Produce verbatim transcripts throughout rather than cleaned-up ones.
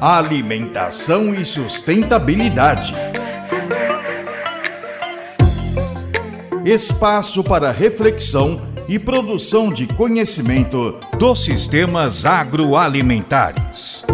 Alimentação e sustentabilidade. Espaço para reflexão e produção de conhecimento dos sistemas agroalimentares.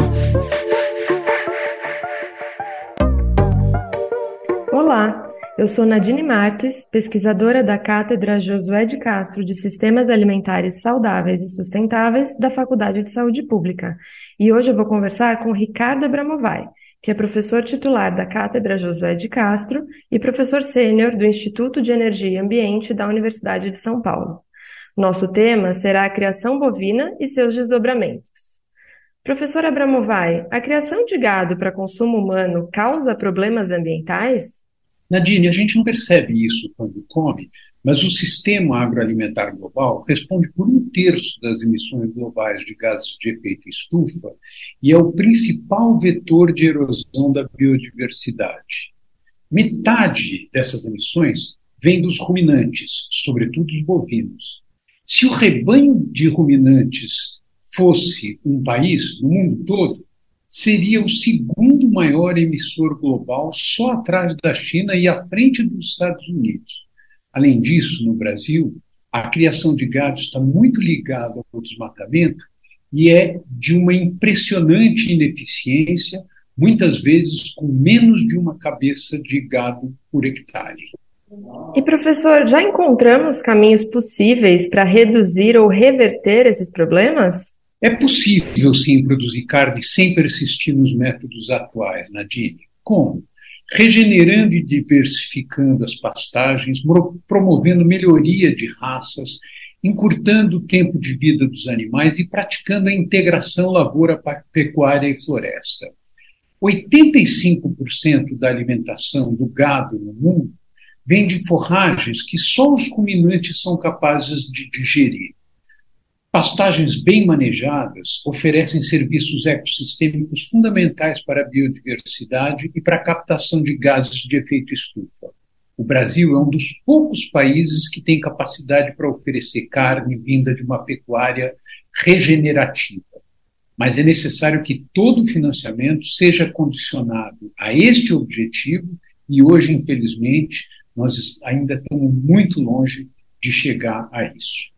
Olá, eu sou Nadine Marques, pesquisadora da Cátedra Josué de Castro de Sistemas Alimentares Saudáveis e Sustentáveis da Faculdade de Saúde Pública. E hoje eu vou conversar com Ricardo Abramovay, que é professor titular da Cátedra Josué de Castro e professor sênior do Instituto de Energia e Ambiente da Universidade de São Paulo. Nosso tema será a criação bovina e seus desdobramentos. Professor Abramovay, a criação de gado para consumo humano causa problemas ambientais? Nadine, a gente não percebe isso quando come, mas o sistema agroalimentar global responde por um terço das emissões globais de gases de efeito estufa e é o principal vetor de erosão da biodiversidade. Metade dessas emissões vem dos ruminantes, sobretudo os bovinos. Se o rebanho de ruminantes fosse um país, no mundo todo, seria o segundo maior emissor global, só atrás da China e à frente dos Estados Unidos. Além disso, no Brasil, a criação de gado está muito ligada ao desmatamento e é de uma impressionante ineficiência, muitas vezes com menos de uma cabeça de gado por hectare. E, professor, já encontramos caminhos possíveis para reduzir ou reverter esses problemas? É possível, sim, produzir carne sem persistir nos métodos atuais, Nadine. Como? Regenerando e diversificando as pastagens, promovendo melhoria de raças, encurtando o tempo de vida dos animais e praticando a integração lavoura, pecuária e floresta. oitenta e cinco por cento da alimentação do gado no mundo vem de forragens que só os ruminantes são capazes de digerir. Pastagens bem manejadas oferecem serviços ecossistêmicos fundamentais para a biodiversidade e para a captação de gases de efeito estufa. O Brasil é um dos poucos países que tem capacidade para oferecer carne vinda de uma pecuária regenerativa. Mas é necessário que todo o financiamento seja condicionado a este objetivo e hoje, infelizmente, nós ainda estamos muito longe de chegar a isso.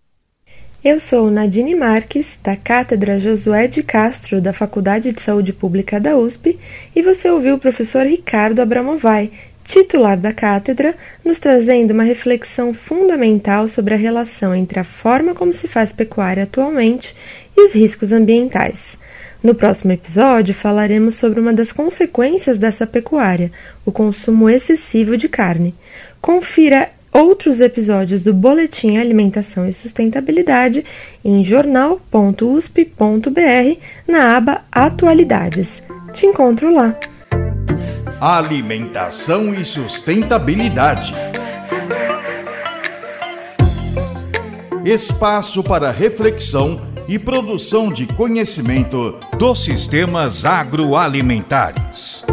Eu sou Nadine Marques, da Cátedra Josué de Castro, da Faculdade de Saúde Pública da U S P, e você ouviu o professor Ricardo Abramovay, titular da cátedra, nos trazendo uma reflexão fundamental sobre a relação entre a forma como se faz pecuária atualmente e os riscos ambientais. No próximo episódio, falaremos sobre uma das consequências dessa pecuária, o consumo excessivo de carne. Confira outros episódios do Boletim Alimentação e Sustentabilidade em jornal ponto u s p ponto b r na aba Atualidades. Te encontro lá. Alimentação e sustentabilidade. Espaço para reflexão e produção de conhecimento dos sistemas agroalimentares.